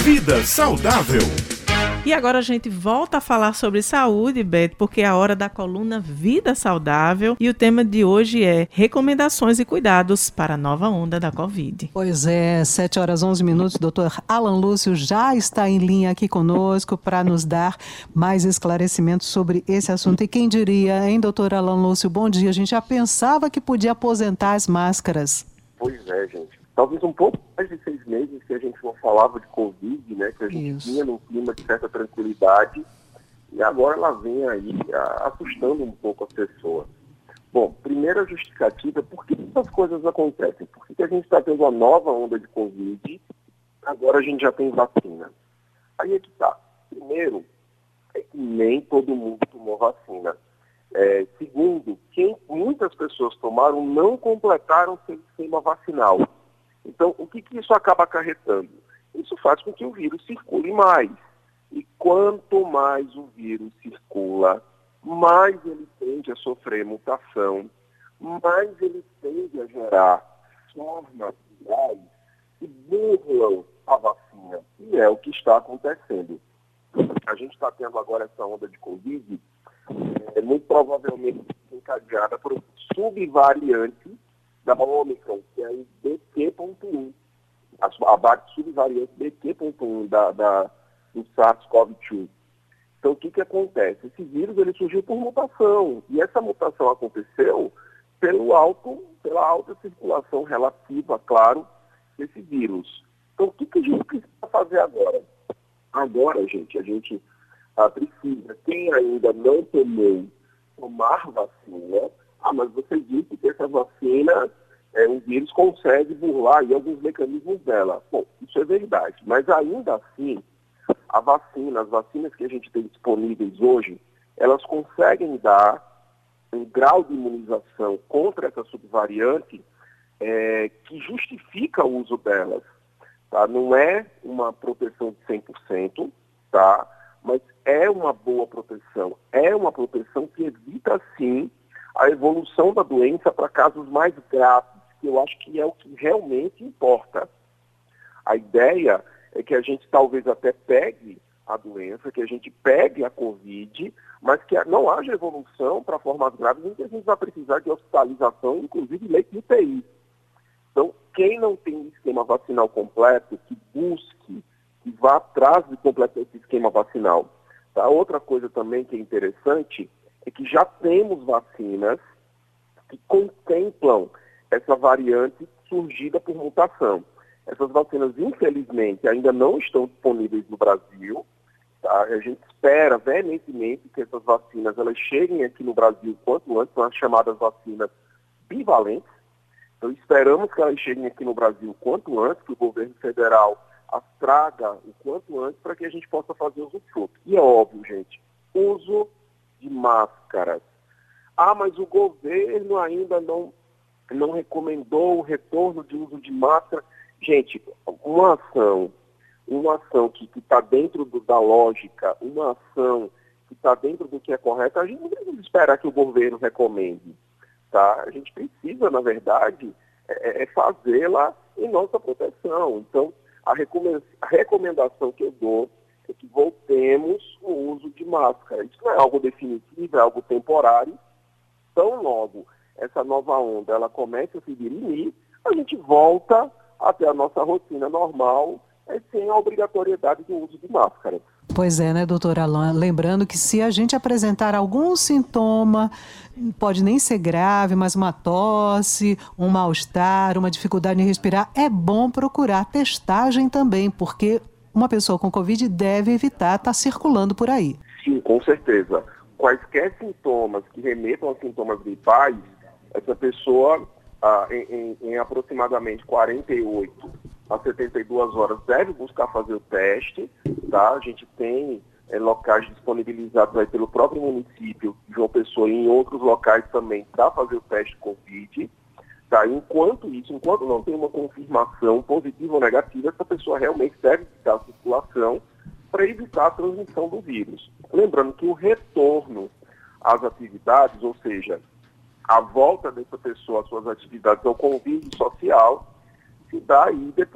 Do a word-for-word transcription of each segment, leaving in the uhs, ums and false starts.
Vida Saudável. E agora a gente volta a falar sobre saúde, Beth, porque é a hora da coluna Vida Saudável e o tema de hoje é recomendações e cuidados para a nova onda da Covid. Pois é, sete horas onze minutos, doutor Alan Lúcio já está em linha aqui conosco para nos dar mais esclarecimentos sobre esse assunto. E quem diria, hein, doutor Alan Lúcio, bom dia, a gente já pensava que podia aposentar as máscaras. Pois é, gente. Talvez um pouco mais de seis meses que a gente não falava de Covid, né? Que a gente Isso. vinha num clima de certa tranquilidade e agora ela vem aí a, assustando um pouco as pessoas. Bom, primeira justificativa, por que essas coisas acontecem? Por que, que a gente está tendo uma nova onda de Covid, agora a gente já tem vacina? Aí é que tá. Primeiro, é que nem todo mundo tomou vacina. É, segundo, quem muitas pessoas tomaram não completaram seu esquema vacinal. Então, o que, que isso acaba acarretando? Isso faz com que o vírus circule mais. E quanto mais o vírus circula, mais ele tende a sofrer mutação, mais ele tende a gerar formas virais que burlam a vacina. E é o que está acontecendo. A gente está tendo agora essa onda de Covid, é, muito provavelmente encadeada por um subvariante da Omicron, que é o B Q ponto um, a, a subvariante B Q ponto um da, da, do SARS-CoV dois. Então, o que, que acontece? Esse vírus ele surgiu por mutação, e essa mutação aconteceu pelo alto, pela alta circulação relativa, claro, desse vírus. Então, o que, que a gente precisa fazer agora? Agora, gente, a gente ah, precisa, quem ainda não tomou, tomar vacina. Ah, mas você disse que essa vacina, é, o vírus consegue burlar aí alguns mecanismos dela. Bom, isso é verdade, mas ainda assim, a vacina, as vacinas que a gente tem disponíveis hoje, elas conseguem dar um grau de imunização contra essa subvariante é, que justifica o uso delas. Tá? Não é uma proteção de cem por cento, tá? Mas é uma boa proteção. É uma proteção que evita, sim, a evolução da doença para casos mais graves, que eu acho que é o que realmente importa. A ideia é que a gente talvez até pegue a doença, que a gente pegue a Covid, mas que não haja evolução para formas graves, em que a gente vai precisar de hospitalização, inclusive leite de U T I. Então, quem não tem um esquema vacinal completo, que busque, que vá atrás de completar esse esquema vacinal. Tá? Outra coisa também que é interessante é que já temos vacinas que contemplam essa variante surgida por mutação. Essas vacinas, infelizmente, ainda não estão disponíveis no Brasil. Tá? A gente espera veementemente que essas vacinas elas cheguem aqui no Brasil quanto antes, são as chamadas vacinas bivalentes. Então, esperamos que elas cheguem aqui no Brasil quanto antes, que o governo federal as traga o quanto antes para que a gente possa fazer uso fruto. E é óbvio, gente, uso de máscaras. Ah, mas o governo ainda não, não recomendou o retorno de uso de máscara. Gente, uma ação, uma ação que está dentro do, da lógica, uma ação que está dentro do que é correto, a gente não precisa esperar que o governo recomende. Tá? A gente precisa, na verdade, é, é fazê-la em nossa proteção. Então, a, recome- a recomendação que eu dou é que voltemos o uso de máscara. Isso não é algo definitivo, é algo temporário. Tão logo essa nova onda ela começa a se dirimir, a gente volta até a nossa rotina normal, é, sem a obrigatoriedade do uso de máscara. Pois é, né, doutor Alan? Lembrando que se a gente apresentar algum sintoma, pode nem ser grave, mas uma tosse, um mal-estar, uma dificuldade em respirar, é bom procurar testagem também, porque uma pessoa com Covid deve evitar estar circulando por aí. Sim, com certeza. Quaisquer sintomas que remetam a sintomas gripais, essa pessoa, ah, em, em, em aproximadamente quarenta e oito a setenta e duas horas, deve buscar fazer o teste. Tá? A gente tem é, locais disponibilizados aí pelo próprio município de João Pessoa e em outros locais também para fazer o teste Covid. Tá? Enquanto isso, enquanto não tem uma confirmação positiva ou negativa, essa pessoa realmente deve evitar a circulação para evitar a transmissão do vírus. Lembrando que o retorno às atividades, ou seja, a volta dessa pessoa às suas atividades ao convívio social, se dá aí depois de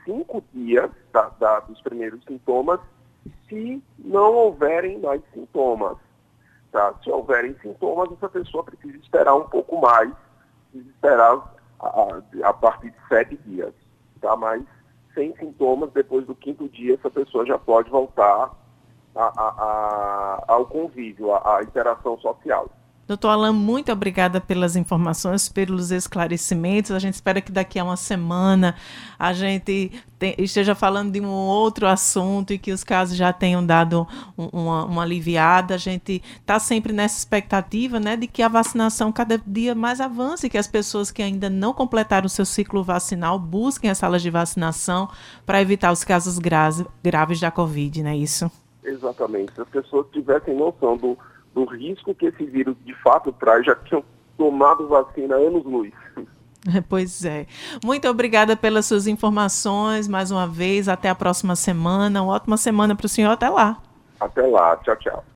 cinco dias da, da, dos primeiros sintomas, se não houverem mais sintomas. Tá? Se houverem sintomas, essa pessoa precisa esperar um pouco mais, precisa esperar a, a, a partir de sete dias. Tá? Mas sem sintomas, depois do quinto dia, essa pessoa já pode voltar a, a, a, ao convívio, à interação social. Doutor Alain, muito obrigada pelas informações, pelos esclarecimentos. A gente espera que daqui a uma semana a gente te, esteja falando de um outro assunto e que os casos já tenham dado um, uma, uma aliviada. A gente está sempre nessa expectativa, né, de que a vacinação cada dia mais avance, que as pessoas que ainda não completaram o seu ciclo vacinal busquem as salas de vacinação para evitar os casos graves, graves da Covid, não é isso? Exatamente. Se as pessoas tivessem noção do do risco que esse vírus de fato traz, já tinham tomado vacina anos-luz. Pois é. Muito obrigada pelas suas informações, mais uma vez, até a próxima semana. Uma ótima semana para o senhor, até lá. Até lá, tchau, tchau.